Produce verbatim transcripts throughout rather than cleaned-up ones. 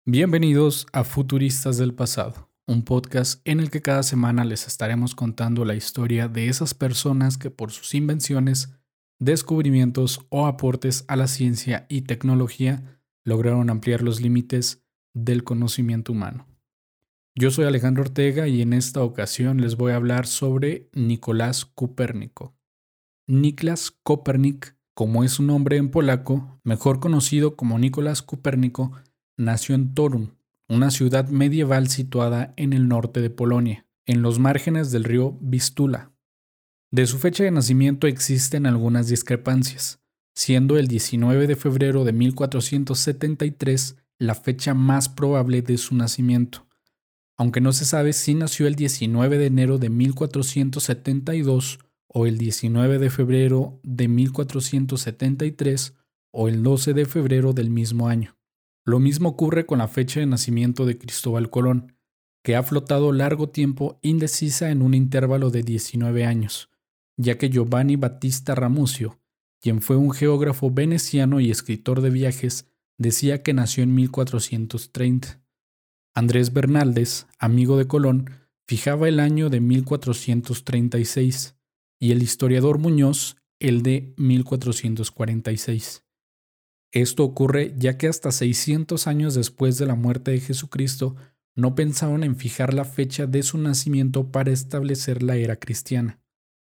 Bienvenidos a Futuristas del Pasado, un podcast en el que cada semana les estaremos contando la historia de esas personas que por sus invenciones, descubrimientos o aportes a la ciencia y tecnología lograron ampliar los límites del conocimiento humano. Yo soy Alejandro Ortega y en esta ocasión les voy a hablar sobre Nicolás Copérnico. Niklas Kopernik, como es su nombre en polaco, mejor conocido como Nicolás Copérnico, nació en Torun, una ciudad medieval situada en el norte de Polonia, en los márgenes del río Vístula. De su fecha de nacimiento existen algunas discrepancias, siendo el diecinueve de febrero de mil cuatrocientos setenta y tres la fecha más probable de su nacimiento, aunque no se sabe si nació el diecinueve de enero de mil cuatrocientos setenta y dos o el diecinueve de febrero de mil cuatrocientos setenta y tres o el doce de febrero del mismo año. Lo mismo ocurre con la fecha de nacimiento de Cristóbal Colón, que ha flotado largo tiempo indecisa en un intervalo de diecinueve años, ya que Giovanni Battista Ramusio, quien fue un geógrafo veneciano y escritor de viajes, decía que nació en mil cuatrocientos treinta. Andrés Bernaldez, amigo de Colón, fijaba el año de mil cuatrocientos treinta y seis, y el historiador Muñoz el de mil cuatrocientos cuarenta y seis. Esto ocurre ya que hasta seiscientos años después de la muerte de Jesucristo no pensaron en fijar la fecha de su nacimiento para establecer la era cristiana.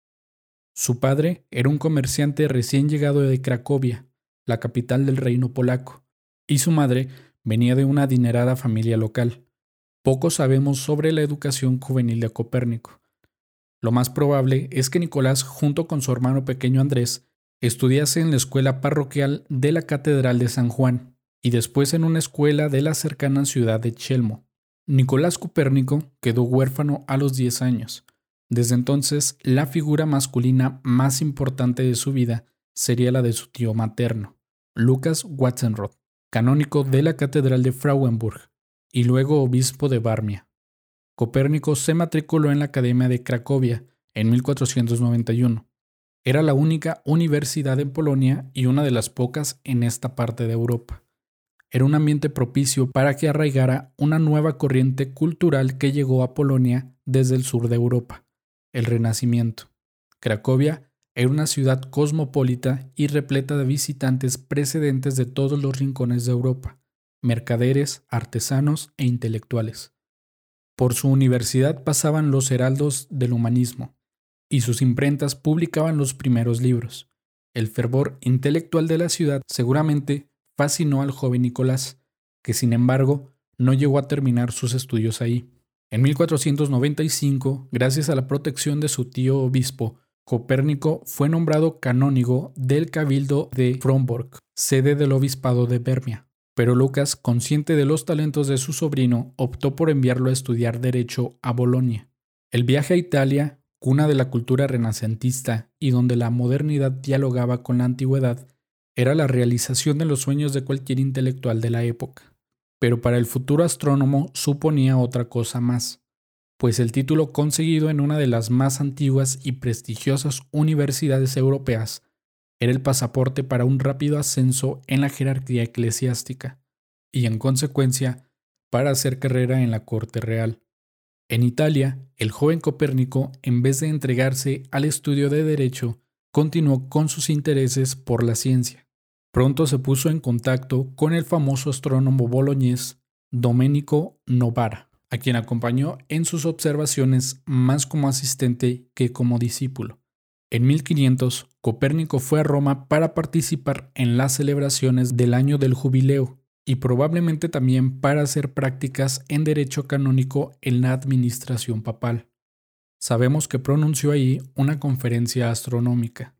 Su padre era un comerciante recién llegado de Cracovia, la capital del reino polaco, y su madre venía de una adinerada familia local. Poco sabemos sobre la educación juvenil de Copérnico. Lo más probable es que Nicolás, junto con su hermano pequeño Andrés, estudiase en la escuela parroquial de la Catedral de San Juan y después en una escuela de la cercana ciudad de Chelmo. Nicolás Copérnico quedó huérfano a los diez años. Desde entonces, la figura masculina más importante de su vida sería la de su tío materno, Lucas Watzenroth, canónico de la Catedral de Frauenburg y luego obispo de Varmia. Copérnico se matriculó en la Academia de Cracovia en mil cuatrocientos noventa y uno. Era la única universidad en Polonia y una de las pocas en esta parte de Europa. Era un ambiente propicio para que arraigara una nueva corriente cultural que llegó a Polonia desde el sur de Europa, el Renacimiento. Cracovia era una ciudad cosmopolita y repleta de visitantes procedentes de todos los rincones de Europa, mercaderes, artesanos e intelectuales. Por su universidad pasaban los heraldos del humanismo, y sus imprentas publicaban los primeros libros. El fervor intelectual de la ciudad seguramente fascinó al joven Nicolás, que sin embargo no llegó a terminar sus estudios ahí. En mil cuatrocientos noventa y cinco, gracias a la protección de su tío obispo, Copérnico fue nombrado canónigo del Cabildo de Frombork, sede del obispado de Varmia. Pero Lucas, consciente de los talentos de su sobrino, optó por enviarlo a estudiar Derecho a Bolonia. El viaje a Italia, cuna de la cultura renacentista y donde la modernidad dialogaba con la antigüedad, era la realización de los sueños de cualquier intelectual de la época. Pero para el futuro astrónomo suponía otra cosa más, pues el título conseguido en una de las más antiguas y prestigiosas universidades europeas era el pasaporte para un rápido ascenso en la jerarquía eclesiástica y, en consecuencia, para hacer carrera en la corte real. En Italia, el joven Copérnico, en vez de entregarse al estudio de Derecho, continuó con sus intereses por la ciencia. Pronto se puso en contacto con el famoso astrónomo boloñés Domenico Novara, a quien acompañó en sus observaciones más como asistente que como discípulo. En mil quinientos, Copérnico fue a Roma para participar en las celebraciones del año del jubileo, y probablemente también para hacer prácticas en derecho canónico en la administración papal. Sabemos que pronunció ahí una conferencia astronómica.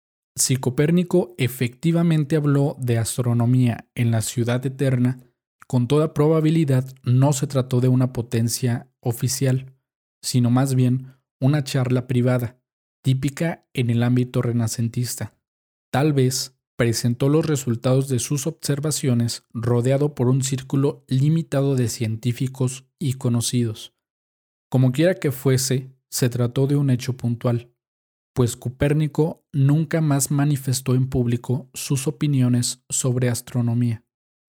Si Copérnico efectivamente habló de astronomía en la ciudad eterna, con toda probabilidad no se trató de una potencia oficial, sino más bien una charla privada, típica en el ámbito renacentista. Tal vez presentó los resultados de sus observaciones rodeado por un círculo limitado de científicos y conocidos. Como quiera que fuese, se trató de un hecho puntual, pues Copérnico nunca más manifestó en público sus opiniones sobre astronomía.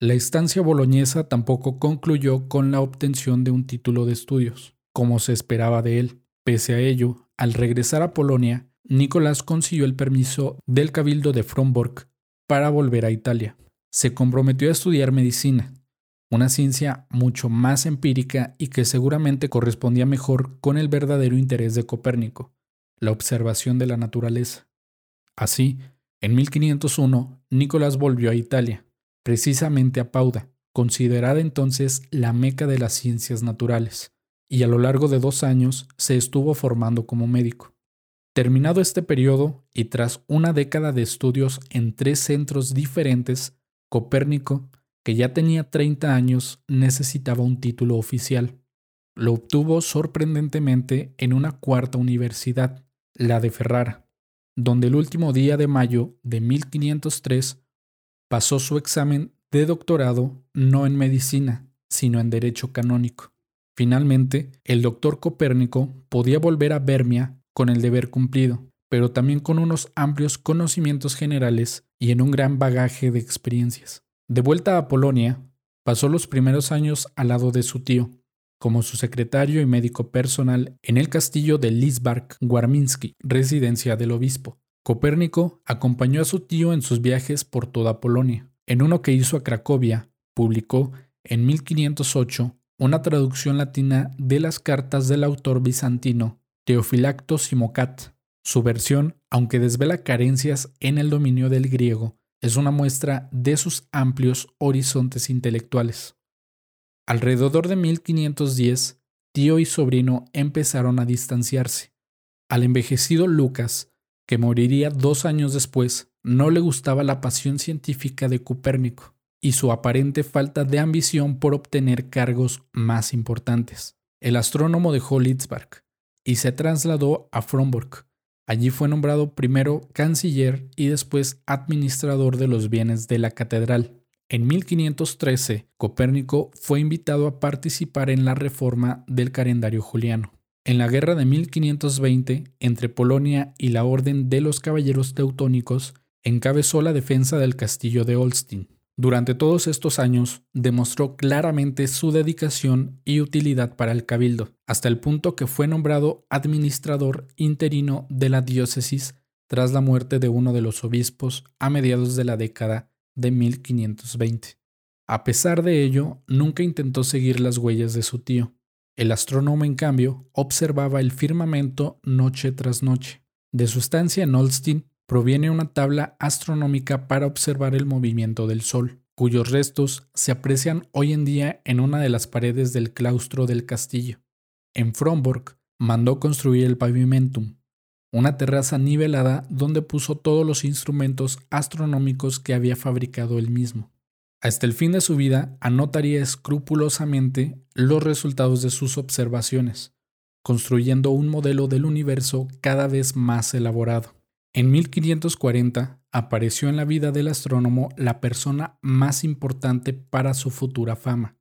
La estancia boloñesa tampoco concluyó con la obtención de un título de estudios, como se esperaba de él. Pese a ello, al regresar a Polonia, Nicolás consiguió el permiso del Cabildo de Frombork para volver a Italia. Se comprometió a estudiar medicina, una ciencia mucho más empírica y que seguramente correspondía mejor con el verdadero interés de Copérnico, la observación de la naturaleza. Así, en mil quinientos uno, Nicolás volvió a Italia, precisamente a Padua, considerada entonces la meca de las ciencias naturales, y a lo largo de dos años se estuvo formando como médico. Terminado este periodo y tras una década de estudios en tres centros diferentes, Copérnico, que ya tenía treinta años, necesitaba un título oficial. Lo obtuvo sorprendentemente en una cuarta universidad, la de Ferrara, donde el último día de mayo de mil quinientos tres pasó su examen de doctorado no en medicina, sino en derecho canónico. Finalmente, el doctor Copérnico podía volver a Bermia con el deber cumplido, pero también con unos amplios conocimientos generales y en un gran bagaje de experiencias. De vuelta a Polonia, pasó los primeros años al lado de su tío, como su secretario y médico personal en el castillo de Lidzbark-Warmiński, residencia del obispo. Copérnico acompañó a su tío en sus viajes por toda Polonia. En uno que hizo a Cracovia, publicó en mil quinientos ocho una traducción latina de las cartas del autor bizantino Teofilacto Simocat. Su versión, aunque desvela carencias en el dominio del griego, es una muestra de sus amplios horizontes intelectuales. Alrededor de mil quinientos diez, tío y sobrino empezaron a distanciarse. Al envejecido Lucas, que moriría dos años después, no le gustaba la pasión científica de Copérnico y su aparente falta de ambición por obtener cargos más importantes. El astrónomo dejó Lidzbark y se trasladó a Frombork. Allí fue nombrado primero canciller y después administrador de los bienes de la catedral. En mil quinientos trece, Copérnico fue invitado a participar en la reforma del calendario juliano. En la guerra de mil quinientos veinte, entre Polonia y la Orden de los Caballeros Teutónicos, encabezó la defensa del castillo de Olsztyn. Durante todos estos años, demostró claramente su dedicación y utilidad para el cabildo, hasta el punto que fue nombrado administrador interino de la diócesis tras la muerte de uno de los obispos a mediados de la década de mil quinientos veinte. A pesar de ello, nunca intentó seguir las huellas de su tío. El astrónomo, en cambio, observaba el firmamento noche tras noche. De su estancia en Olsztyn proviene una tabla astronómica para observar el movimiento del Sol, cuyos restos se aprecian hoy en día en una de las paredes del claustro del castillo. En Frombork mandó construir el pavimentum, una terraza nivelada donde puso todos los instrumentos astronómicos que había fabricado él mismo. Hasta el fin de su vida anotaría escrupulosamente los resultados de sus observaciones, construyendo un modelo del universo cada vez más elaborado. En mil quinientos cuarenta apareció en la vida del astrónomo la persona más importante para su futura fama,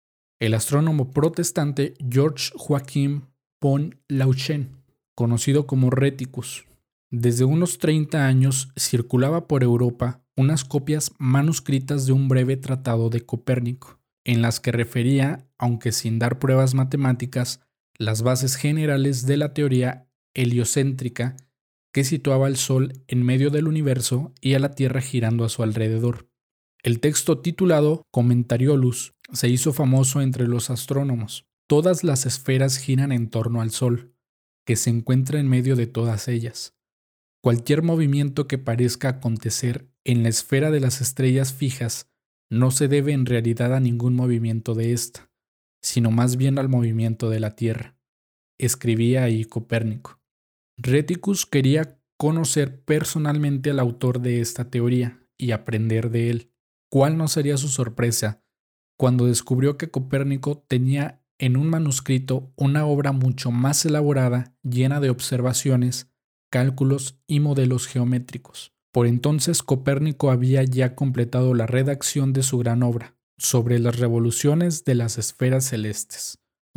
el astrónomo protestante Georg Joachim von Lauchen, conocido como Reticus. Desde unos treinta años circulaba por Europa unas copias manuscritas de un breve tratado de Copérnico, en las que refería, aunque sin dar pruebas matemáticas, las bases generales de la teoría heliocéntrica que situaba al Sol en medio del universo y a la Tierra girando a su alrededor. El texto titulado Commentariolus se hizo famoso entre los astrónomos. Todas las esferas giran en torno al Sol, que se encuentra en medio de todas ellas. Cualquier movimiento que parezca acontecer en la esfera de las estrellas fijas no se debe en realidad a ningún movimiento de ésta, sino más bien al movimiento de la Tierra, escribía ahí Copérnico. Reticus quería conocer personalmente al autor de esta teoría y aprender de él. ¿Cuál no sería su sorpresa cuando descubrió que Copérnico tenía en un manuscrito una obra mucho más elaborada, llena de observaciones, cálculos y modelos geométricos? Por entonces Copérnico había ya completado la redacción de su gran obra sobre las revoluciones de las esferas celestes,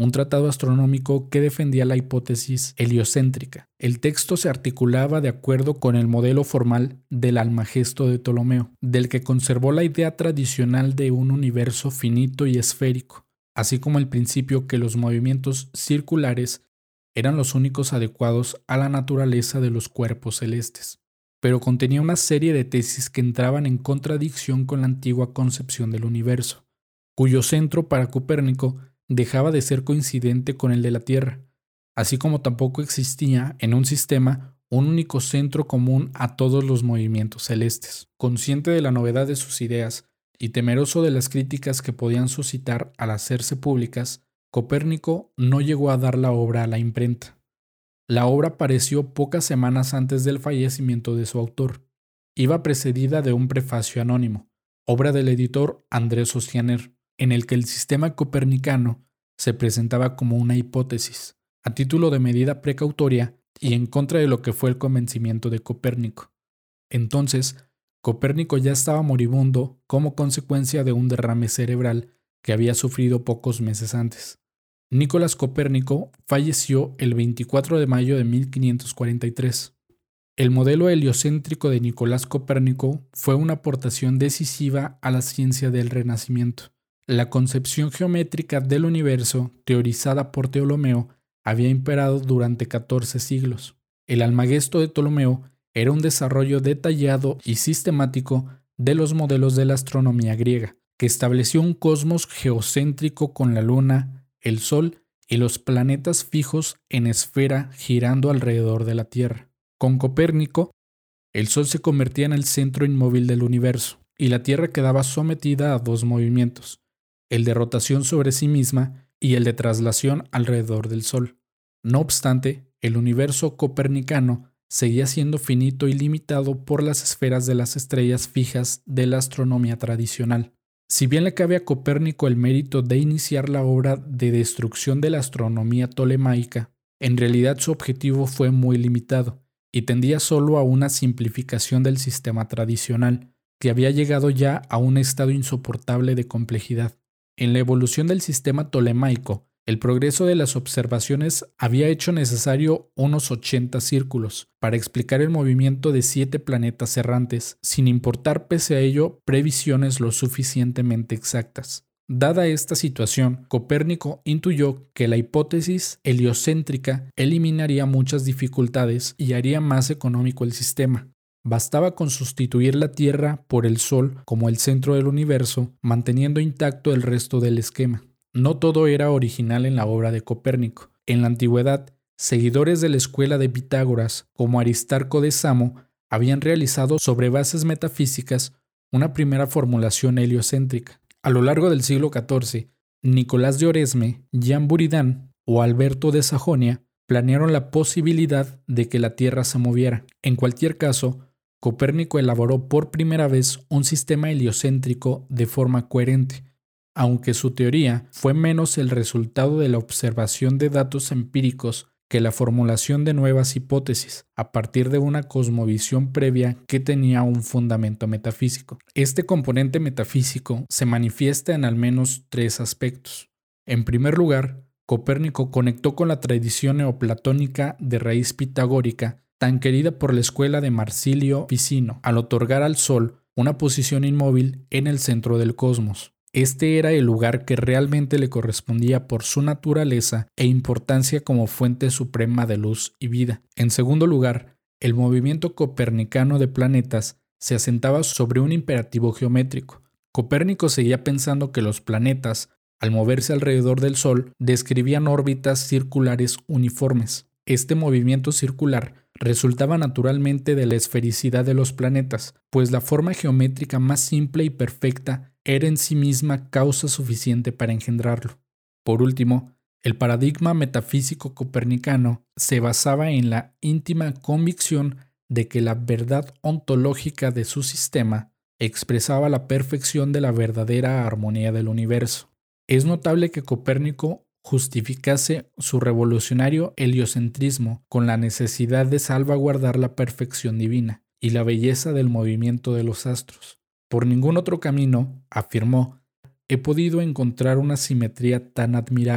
un tratado astronómico que defendía la hipótesis heliocéntrica. El texto se articulaba de acuerdo con el modelo formal del Almagesto de Ptolomeo, del que conservó la idea tradicional de un universo finito y esférico, así como el principio que los movimientos circulares eran los únicos adecuados a la naturaleza de los cuerpos celestes. Pero contenía una serie de tesis que entraban en contradicción con la antigua concepción del universo, cuyo centro para Copérnico dejaba de ser coincidente con el de la Tierra, así como tampoco existía en un sistema un único centro común a todos los movimientos celestes. Consciente de la novedad de sus ideas y temeroso de las críticas que podían suscitar al hacerse públicas, Copérnico no llegó a dar la obra a la imprenta. La obra apareció pocas semanas antes del fallecimiento de su autor. Iba precedida de un prefacio anónimo, obra del editor Andrés Ostianer, en el que el sistema copernicano se presentaba como una hipótesis, a título de medida precautoria y en contra de lo que fue el convencimiento de Copérnico. Entonces, Copérnico ya estaba moribundo como consecuencia de un derrame cerebral que había sufrido pocos meses antes. Nicolás Copérnico falleció el veinticuatro de mayo de mil quinientos cuarenta y tres. El modelo heliocéntrico de Nicolás Copérnico fue una aportación decisiva a la ciencia del Renacimiento. La concepción geométrica del universo, teorizada por Ptolomeo, había imperado durante catorce siglos. El Almagesto de Ptolomeo era un desarrollo detallado y sistemático de los modelos de la astronomía griega, que estableció un cosmos geocéntrico con la Luna, el Sol y los planetas fijos en esfera girando alrededor de la Tierra. Con Copérnico, el Sol se convertía en el centro inmóvil del universo y la Tierra quedaba sometida a dos movimientos, el de rotación sobre sí misma y el de traslación alrededor del Sol. No obstante, el universo copernicano seguía siendo finito y limitado por las esferas de las estrellas fijas de la astronomía tradicional. Si bien le cabe a Copérnico el mérito de iniciar la obra de destrucción de la astronomía tolemaica, en realidad su objetivo fue muy limitado y tendía solo a una simplificación del sistema tradicional, que había llegado ya a un estado insoportable de complejidad. En la evolución del sistema tolemaico, el progreso de las observaciones había hecho necesario unos ochenta círculos para explicar el movimiento de siete planetas errantes, sin importar pese a ello previsiones lo suficientemente exactas. Dada esta situación, Copérnico intuyó que la hipótesis heliocéntrica eliminaría muchas dificultades y haría más económico el sistema. Bastaba con sustituir la Tierra por el Sol como el centro del universo, manteniendo intacto el resto del esquema. No todo era original en la obra de Copérnico. En la antigüedad, seguidores de la escuela de Pitágoras, como Aristarco de Samo, habían realizado sobre bases metafísicas una primera formulación heliocéntrica. A lo largo del siglo catorce, Nicolás de Oresme, Jean Buridan o Alberto de Sajonia planearon la posibilidad de que la Tierra se moviera. En cualquier caso, Copérnico elaboró por primera vez un sistema heliocéntrico de forma coherente, aunque su teoría fue menos el resultado de la observación de datos empíricos que la formulación de nuevas hipótesis a partir de una cosmovisión previa que tenía un fundamento metafísico. Este componente metafísico se manifiesta en al menos tres aspectos. En primer lugar, Copérnico conectó con la tradición neoplatónica de raíz pitagórica tan querida por la escuela de Marsilio Ficino, al otorgar al Sol una posición inmóvil en el centro del cosmos. Este era el lugar que realmente le correspondía por su naturaleza e importancia como fuente suprema de luz y vida. En segundo lugar, el movimiento copernicano de planetas se asentaba sobre un imperativo geométrico. Copérnico seguía pensando que los planetas, al moverse alrededor del Sol, describían órbitas circulares uniformes. Este movimiento circular resultaba naturalmente de la esfericidad de los planetas, pues la forma geométrica más simple y perfecta era en sí misma causa suficiente para engendrarlo. Por último, el paradigma metafísico copernicano se basaba en la íntima convicción de que la verdad ontológica de su sistema expresaba la perfección de la verdadera armonía del universo. Es notable que Copérnico justificase su revolucionario heliocentrismo con la necesidad de salvaguardar la perfección divina y la belleza del movimiento de los astros. Por ningún otro camino, afirmó, he podido encontrar una simetría tan admirable.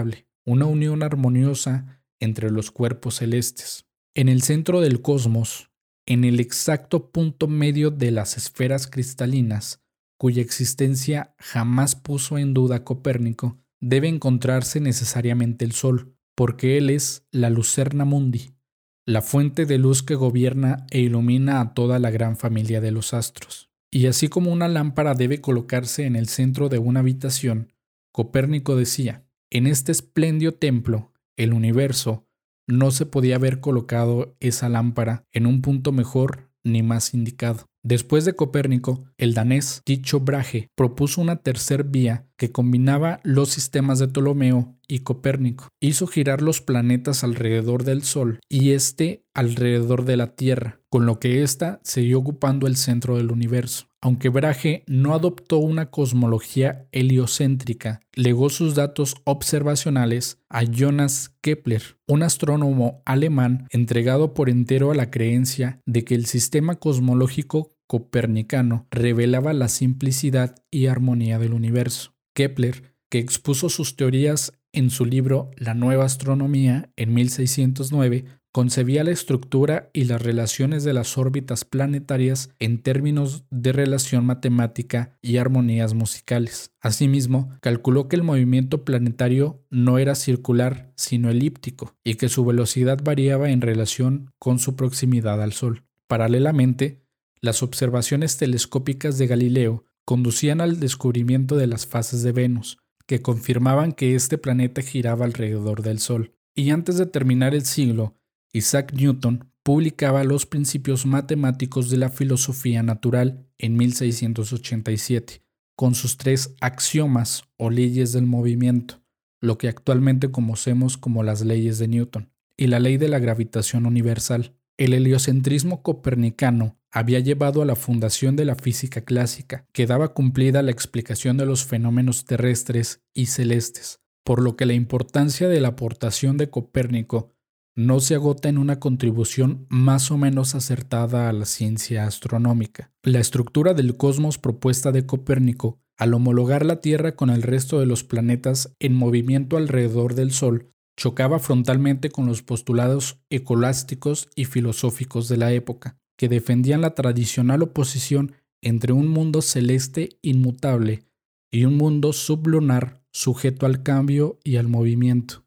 una unión armoniosa entre los cuerpos celestes. En el centro del cosmos, en el exacto punto medio de las esferas cristalinas, cuya existencia jamás puso en duda Copérnico, debe encontrarse necesariamente el Sol, porque él es la Lucerna Mundi, la fuente de luz que gobierna e ilumina a toda la gran familia de los astros. Y así como una lámpara debe colocarse en el centro de una habitación, Copérnico decía, en este espléndido templo, el universo, no se podía haber colocado esa lámpara en un punto mejor ni más indicado. Después de Copérnico, el danés Tycho Brahe propuso una tercer vía que combinaba los sistemas de Ptolomeo y Copérnico. Hizo girar los planetas alrededor del Sol y este alrededor de la Tierra, con lo que ésta siguió ocupando el centro del universo. Aunque Brahe no adoptó una cosmología heliocéntrica, legó sus datos observacionales a Johannes Kepler, un astrónomo alemán entregado por entero a la creencia de que el sistema cosmológico copernicano revelaba la simplicidad y armonía del universo. Kepler, que expuso sus teorías en su libro La Nueva Astronomía en mil seiscientos nueve, concebía la estructura y las relaciones de las órbitas planetarias en términos de relación matemática y armonías musicales. Asimismo, calculó que el movimiento planetario no era circular, sino elíptico, y que su velocidad variaba en relación con su proximidad al Sol. Paralelamente, las observaciones telescópicas de Galileo conducían al descubrimiento de las fases de Venus, que confirmaban que este planeta giraba alrededor del Sol. Y antes de terminar el siglo, Isaac Newton publicaba los principios matemáticos de la filosofía natural en mil seiscientos ochenta y siete, con sus tres axiomas o leyes del movimiento, lo que actualmente conocemos como las leyes de Newton, y la ley de la gravitación universal. El heliocentrismo copernicano había llevado a la fundación de la física clásica, que daba cumplida la explicación de los fenómenos terrestres y celestes, por lo que la importancia de la aportación de Copérnico no se agota en una contribución más o menos acertada a la ciencia astronómica. La estructura del cosmos propuesta de Copérnico, al homologar la Tierra con el resto de los planetas en movimiento alrededor del Sol, chocaba frontalmente con los postulados escolásticos y filosóficos de la época, que defendían la tradicional oposición entre un mundo celeste inmutable y un mundo sublunar sujeto al cambio y al movimiento.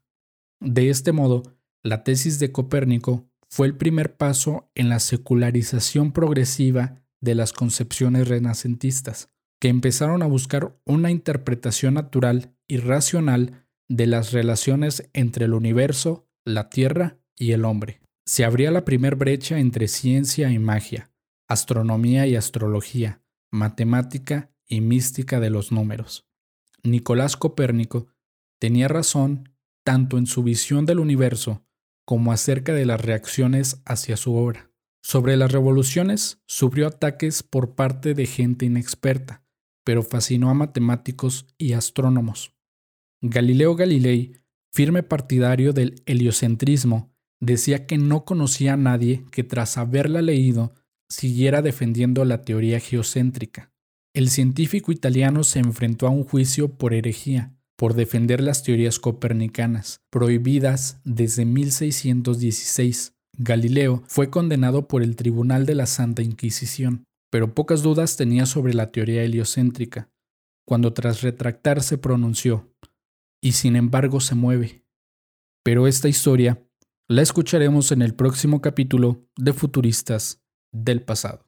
De este modo, la tesis de Copérnico fue el primer paso en la secularización progresiva de las concepciones renacentistas, que empezaron a buscar una interpretación natural y racional de las relaciones entre el universo, la Tierra y el hombre. Se abría la primer brecha entre ciencia y magia, astronomía y astrología, matemática y mística de los números. Nicolás Copérnico tenía razón tanto en su visión del universo como acerca de las reacciones hacia su obra. Sobre las revoluciones, sufrió ataques por parte de gente inexperta, pero fascinó a matemáticos y astrónomos. Galileo Galilei, firme partidario del heliocentrismo, decía que no conocía a nadie que tras haberla leído siguiera defendiendo la teoría geocéntrica. El científico italiano se enfrentó a un juicio por herejía, por defender las teorías copernicanas, prohibidas desde mil seiscientos dieciséis. Galileo fue condenado por el Tribunal de la Santa Inquisición, pero pocas dudas tenía sobre la teoría heliocéntrica, cuando tras retractarse pronunció, y sin embargo se mueve. Pero esta historia la escucharemos en el próximo capítulo de Futuristas del Pasado.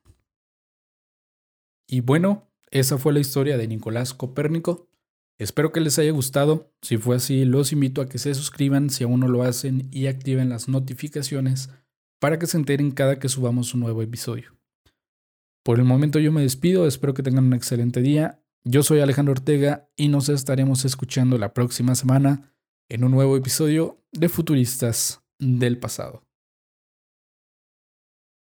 Y bueno, esa fue la historia de Nicolás Copérnico. Espero que les haya gustado. Si fue así, los invito a que se suscriban si aún no lo hacen y activen las notificaciones para que se enteren cada que subamos un nuevo episodio. Por el momento yo me despido, espero que tengan un excelente día. Yo soy Alejandro Ortega y nos estaremos escuchando la próxima semana en un nuevo episodio de Futuristas del Pasado.